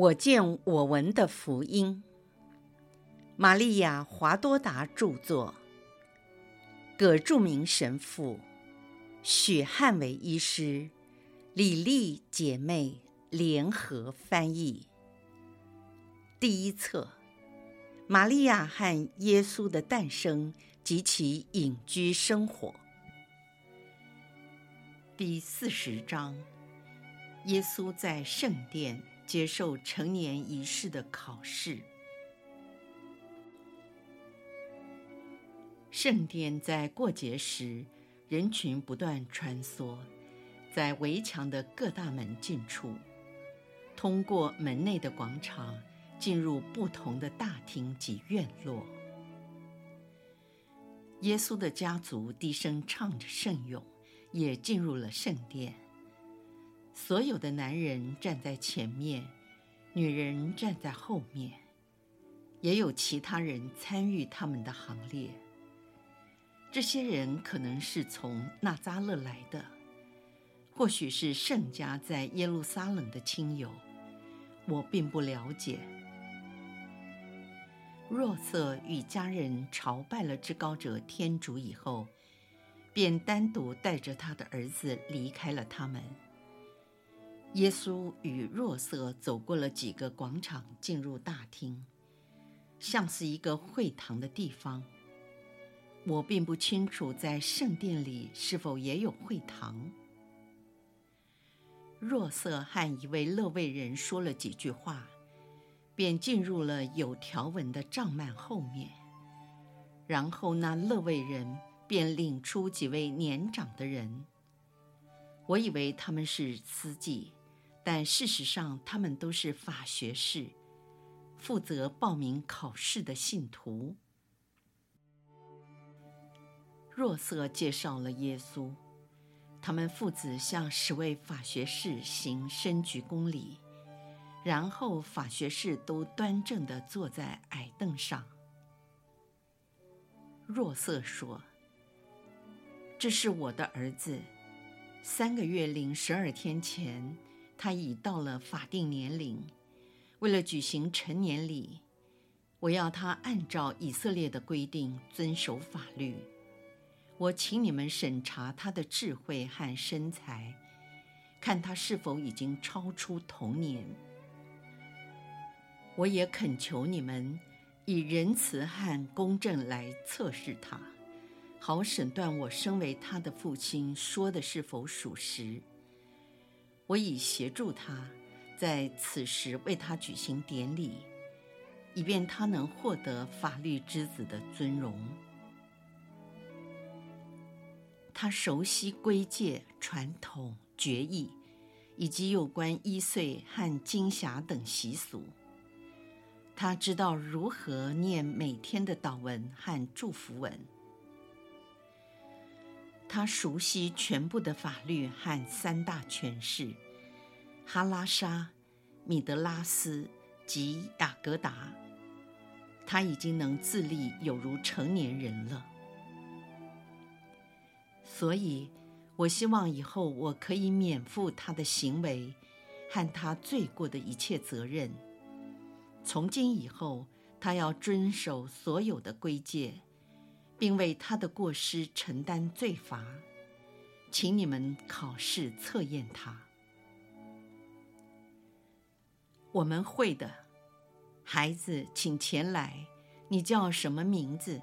我见我闻的福音，玛利亚·华多达著作，葛著名神父，许汉伟医师，李丽姐妹联合翻译。第一册：玛利亚和耶稣的诞生及其隐居生活。第40章：耶稣在圣殿接受成年仪式的考试。圣殿在过节时，人群不断穿梭，在围墙的各大门进出，通过门内的广场，进入不同的大厅及院落。耶稣的家族低声唱着圣咏，也进入了圣殿。所有的男人站在前面，女人站在后面，也有其他人参与他们的行列。这些人可能是从纳匝勒来的，或许是圣家在耶路撒冷的亲友，我并不了解。若瑟与家人朝拜了至高者天主以后，便单独带着他的儿子离开了他们。耶稣与若瑟走过了几个广场，进入大厅，像是一个会堂的地方。我并不清楚在圣殿里是否也有会堂。若瑟和一位勒卫人说了几句话，便进入了有条纹的帐幔后面。然后那勒卫人便领出几位年长的人，我以为他们是司祭，但事实上他们都是法学士，负责报名考试的信徒。若瑟介绍了耶稣，他们父子向10位法学士行深鞠躬礼，然后法学士都端正地坐在矮凳上。若瑟说：“这是我的儿子，3个月零12天前，他已到了法定年龄。为了举行成年礼，我要他按照以色列的规定遵守法律。我请你们审查他的智慧和身材，看他是否已经超出童年。我也恳求你们以仁慈和公正来测试他，好审断我身为他的父亲说的是否属实。我已协助他在此时为他举行典礼，以便他能获得法律之子的尊荣。他熟悉规戒、传统、决议，以及有关1岁和经匣等习俗。他知道如何念每天的祷文和祝福文。他熟悉全部的法律和3大权势：哈拉沙、米德拉斯及雅各达。他已经能自立，有如成年人了。所以我希望以后我可以免负他的行为和他罪过的一切责任。从今以后，他要遵守所有的规戒，并为他的过失承担罪罚。请你们考试测验他。我们会的。孩子，请前来。你叫什么名字？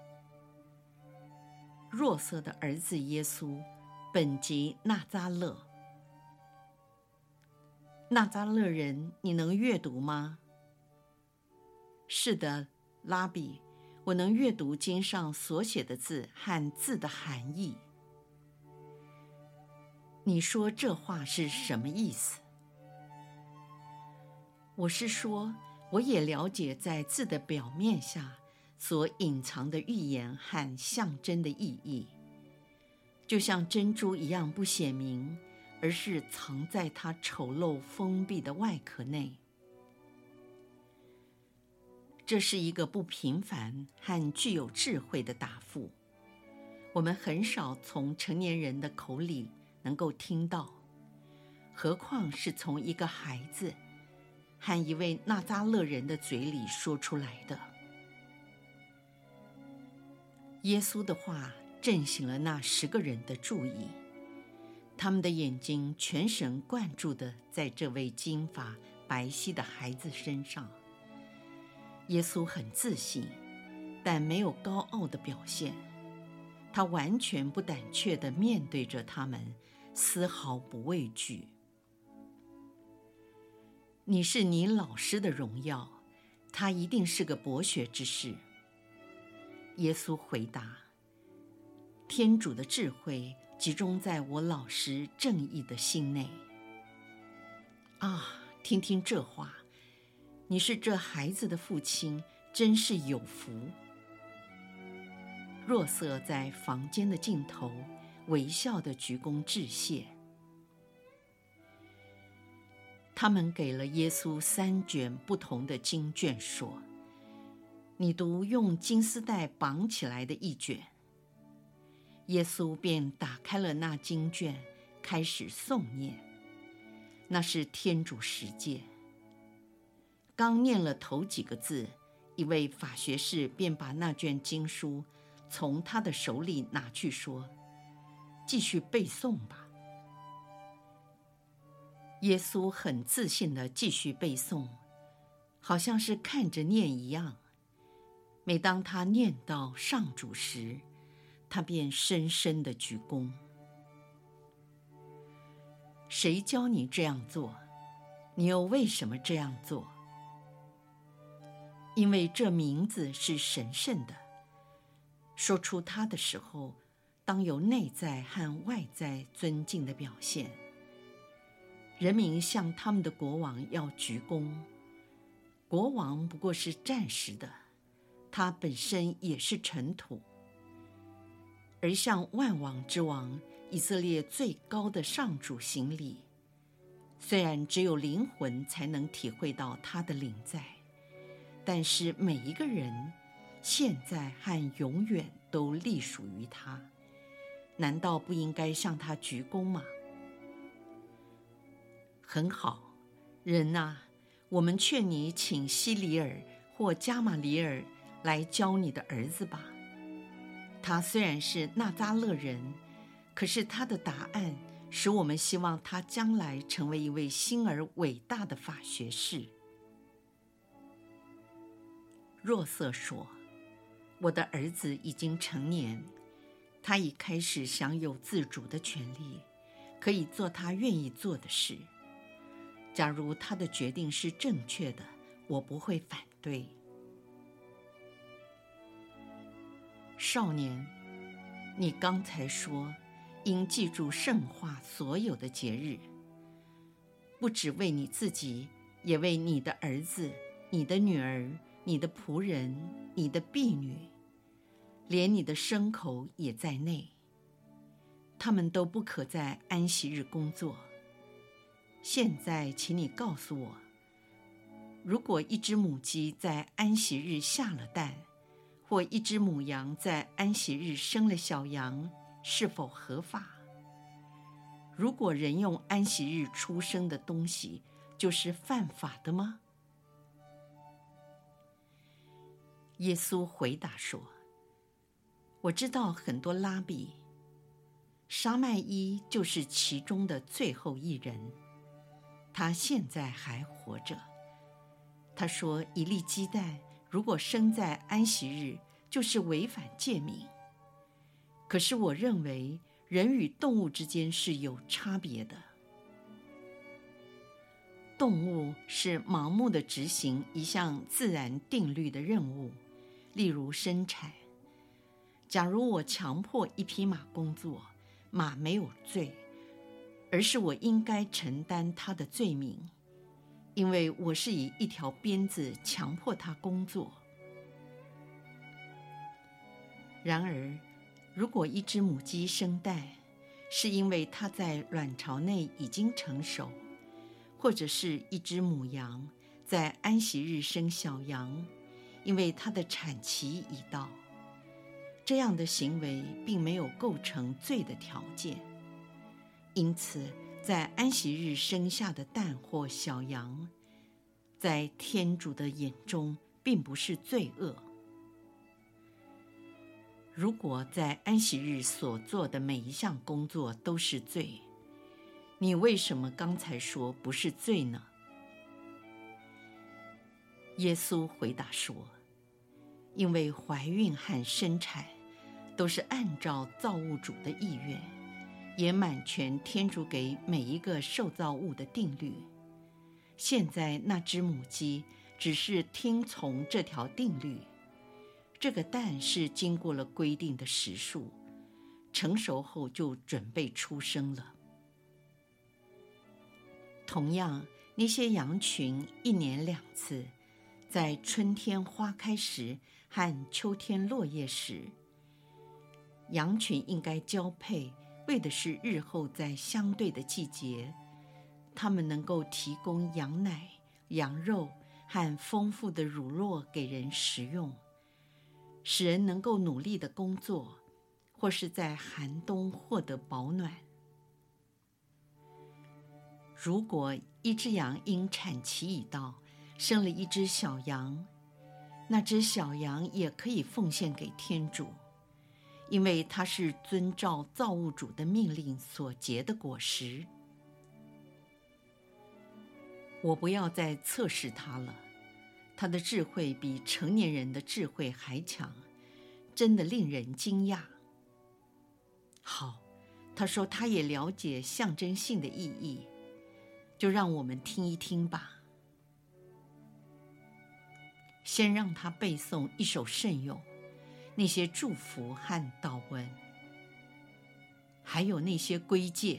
若瑟的儿子耶稣，本籍纳匝勒。纳匝勒人，你能阅读吗？是的，拉比，我能阅读经上所写的字和字的含义。你说这话是什么意思？我是说，我也了解在字的表面下所隐藏的寓言和象征的意义，就像珍珠一样不显明，而是藏在它丑陋封闭的外壳内。这是一个不平凡和具有智慧的答复，我们很少从成年人的口里能够听到，何况是从一个孩子。 和一位纳匝勒人的嘴里说出来的。耶稣的话震醒了那10个人的注意，他们的眼睛全神贯注地在这位金发白皙的孩子身上。耶稣很自信，但没有高傲的表现，他完全不胆怯地面对着他们，丝毫不畏惧。你是你老师的荣耀，他一定是个博学之士。耶稣回答，天主的智慧集中在我老师正义的心内。啊，听听这话，你是这孩子的父亲，真是有福。若瑟在房间的尽头微笑地鞠躬致谢。他们给了耶稣3卷不同的经卷，说：你读用金丝带绑起来的一卷。耶稣便打开了那经卷，开始诵念。那是天主十诫。刚念了头几个字，一位法学士便把那卷经书从他的手里拿去，说：继续背诵吧。耶稣很自信地继续背诵，好像是看着念一样。每当他念到上主时，他便深深地鞠躬。谁教你这样做？你又为什么这样做？因为这名字是神圣的，说出它的时候，当有内在和外在尊敬的表现。人民向他们的国王要鞠躬，国王不过是暂时的，他本身也是尘土。而向万王之王以色列最高的上主行礼，虽然只有灵魂才能体会到他的临在，但是每一个人现在和永远都隶属于他，难道不应该向他鞠躬吗？很好，人啊，我们劝你请希里尔或加马里尔来教你的儿子吧。他虽然是纳匝勒人，可是他的答案使我们希望他将来成为一位新而伟大的法学士。若瑟说：我的儿子已经成年，他已开始享有自主的权利，可以做他愿意做的事。假如他的决定是正确的，我不会反对。少年，你刚才说应记住圣化所有的节日，不只为你自己，也为你的儿子、你的女儿、你的仆人、你的婢女，连你的牲口也在内。他们都不可在安息日工作。现在请你告诉我，如果一只母鸡在安息日下了蛋，或一只母羊在安息日生了小羊，是否合法？如果人用安息日出生的东西，就是犯法的吗？耶稣回答说：我知道很多拉比，沙麦依就是其中的最后一人，他现在还活着。他说，一粒鸡蛋如果生在安息日，就是违反诫命。可是我认为人与动物之间是有差别的。动物是盲目地执行一项自然定律的任务，例如生产。假如我强迫一匹马工作，马没有罪，而是我应该承担它的罪名，因为我是以一条鞭子强迫它工作。然而，如果一只母鸡生蛋，是因为它在卵巢内已经成熟，或者是一只母羊在安息日生小羊，因为它的产期已到，这样的行为并没有构成罪的条件。因此，在安息日生下的蛋或小羊， 在天主的眼中并不是罪恶。如果在安息日所做的每一项工作都是罪，你为什么刚才说不是罪呢？耶稣回答说，因为怀孕和生产都是按照造物主的意愿，也满全天主给每一个受造物的定律。现在那只母鸡只是听从这条定律，这个蛋是经过了规定的时数，成熟后就准备出生了。同样，那些羊群1年2次，在春天花开时和秋天落叶时，羊群应该交配，为的是日后在相对的季节，它们能够提供羊奶、羊肉和丰富的乳酪给人食用，使人能够努力的工作，或是在寒冬获得保暖。如果一只羊因产期已到，生了一只小羊，那只小羊也可以奉献给天主，因为它是遵照造物主的命令所结的果实。我不要再测试它了，它的智慧比成年人的智慧还强，真的令人惊讶。好，他说他也了解象征性的意义，就让我们听一听吧。先让他背诵一首圣咏，那些祝福和祷文，还有那些规戒。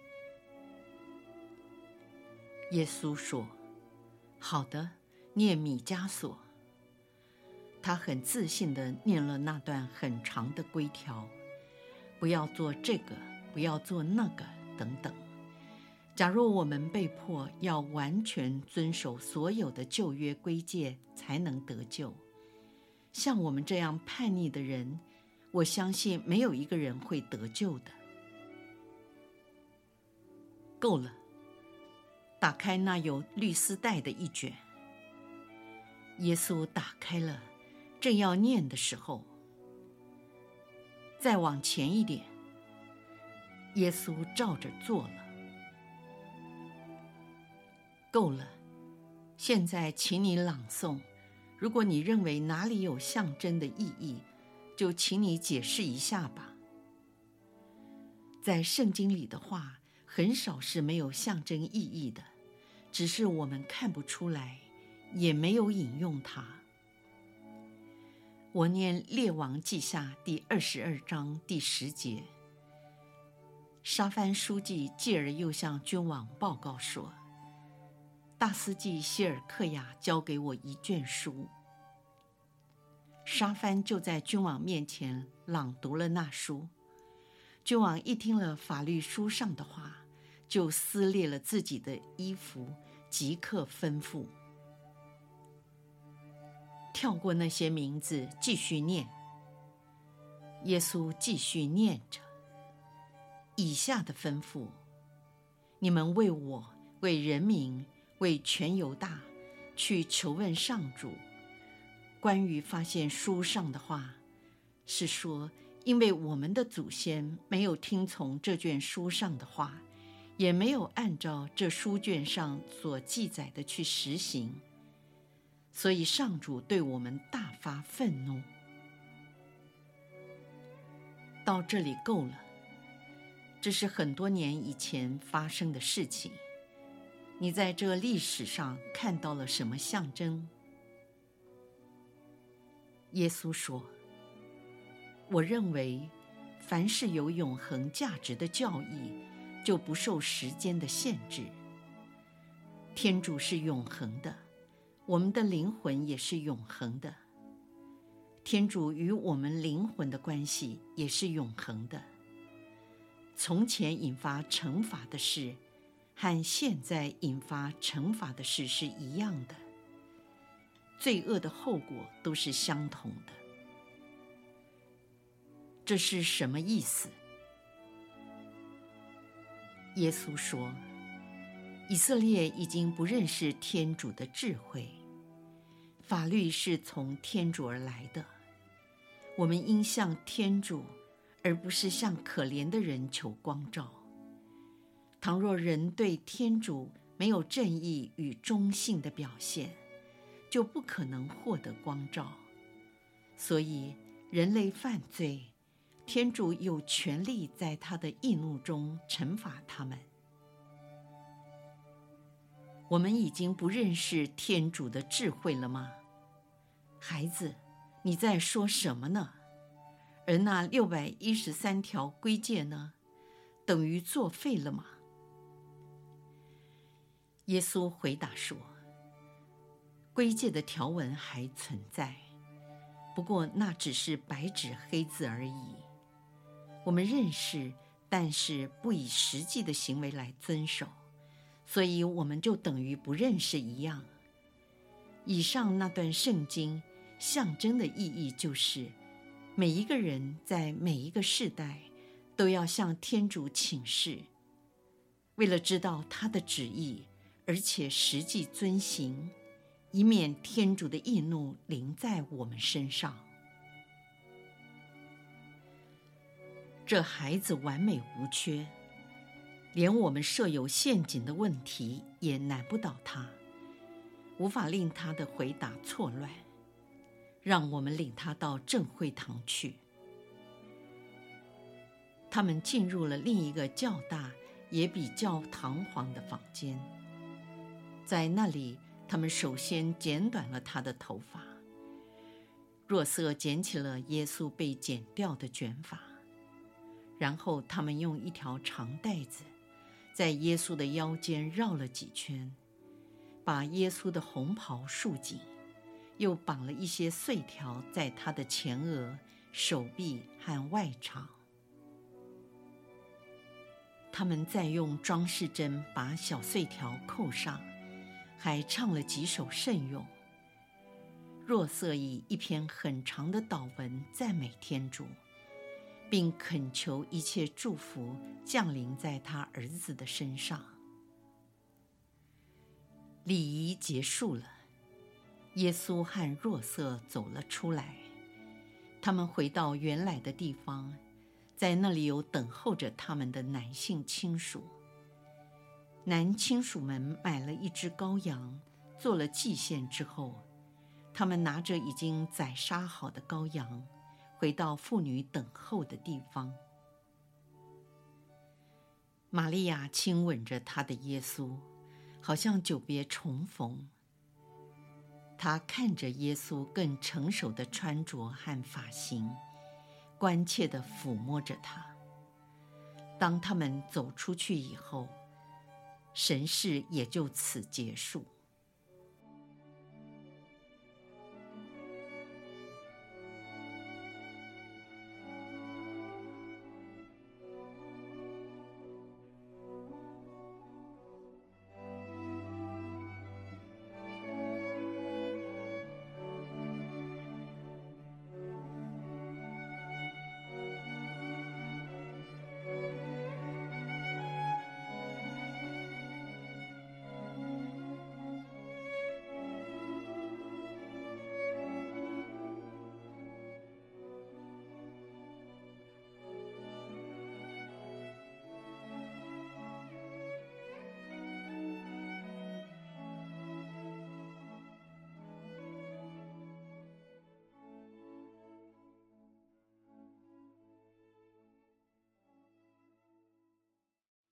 耶稣说，好的，念米迦所。他很自信地念了那段很长的规条，不要做这个，不要做那个等等。假若我们被迫要完全遵守所有的旧约规戒才能得救，像我们这样叛逆的人，我相信没有一个人会得救的。够了，打开那有绿丝带的一卷。耶稣打开了，正要念的时候，再往前一点，耶稣照着做了。够了，现在请你朗诵，如果你认为哪里有象征的意义，就请你解释一下吧。在圣经里的话，很少是没有象征意义的，只是我们看不出来，也没有引用它。我念列王记下第22章第10节，沙番书记继而又向君王报告说，大司祭希尔克雅交给我一卷书。沙番就在君王面前朗读了那书。君王一听了法律书上的话，就撕裂了自己的衣服，即刻吩咐。跳过那些名字，继续念。耶稣继续念着以下的吩咐：你们为我，为人民，为全犹大去求问上主。关于发现书上的话，是说因为我们的祖先没有听从这卷书上的话，也没有按照这书卷上所记载的去实行，所以上主对我们大发愤怒。到这里够了，这是很多年以前发生的事情。你在这历史上看到了什么象征？耶稣说，我认为凡是有永恒价值的教义，就不受时间的限制。天主是永恒的，我们的灵魂也是永恒的。天主与我们灵魂的关系也是永恒的。从前引发惩罚的事，和现在引发惩罚的事是一样的，罪恶的后果都是相同的。这是什么意思？耶稣说， 以色列已经不认识天主的智慧，法律是从天主而来的。我们应向天主，而不是向可怜的人求光照。倘若人对天主没有正义与忠信的表现，就不可能获得光照。所以人类犯罪，天主有权利在他的义怒中惩罚他们。我们已经不认识天主的智慧了吗？孩子，你在说什么呢？而那613条规诫呢，等于作废了吗？耶稣回答说，规诫的条文还存在，不过那只是白纸黑字而已。我们认识，但是不以实际的行为来遵守，所以我们就等于不认识一样。以上那段圣经象征的意义就是，每一个人在每一个世代都要向天主请示，为了知道他的旨意，而且实际遵行，以免天主的义怒临在我们身上。这孩子完美无缺，连我们设有陷阱的问题也难不倒他，无法令他的回答错乱。让我们领他到正会堂去。他们进入了另一个较大也比较堂皇的房间，在那里他们首先剪短了他的头发。若瑟捡起了耶稣被剪掉的卷发，然后他们用一条长带子在耶稣的腰间绕了几圈，把耶稣的红袍束紧，又绑了一些碎条在他的前额、手臂和外肠。他们再用装饰针把小碎条扣上，还唱了几首圣咏。若瑟以一篇很长的祷文赞美天主，并恳求一切祝福降临在他儿子的身上。礼仪结束了，耶稣和若瑟走了出来，他们回到原来的地方，在那里有等候着他们的男性亲属。男亲属们买了一只羔羊，做了祭献之后，他们拿着已经宰杀好的羔羊，回到妇女等候的地方。玛利亚亲吻着她的耶稣，好像久别重逢。她看着耶稣更成熟的穿着和发型，关切地抚摸着他。当他们走出去以后，神事也就此结束。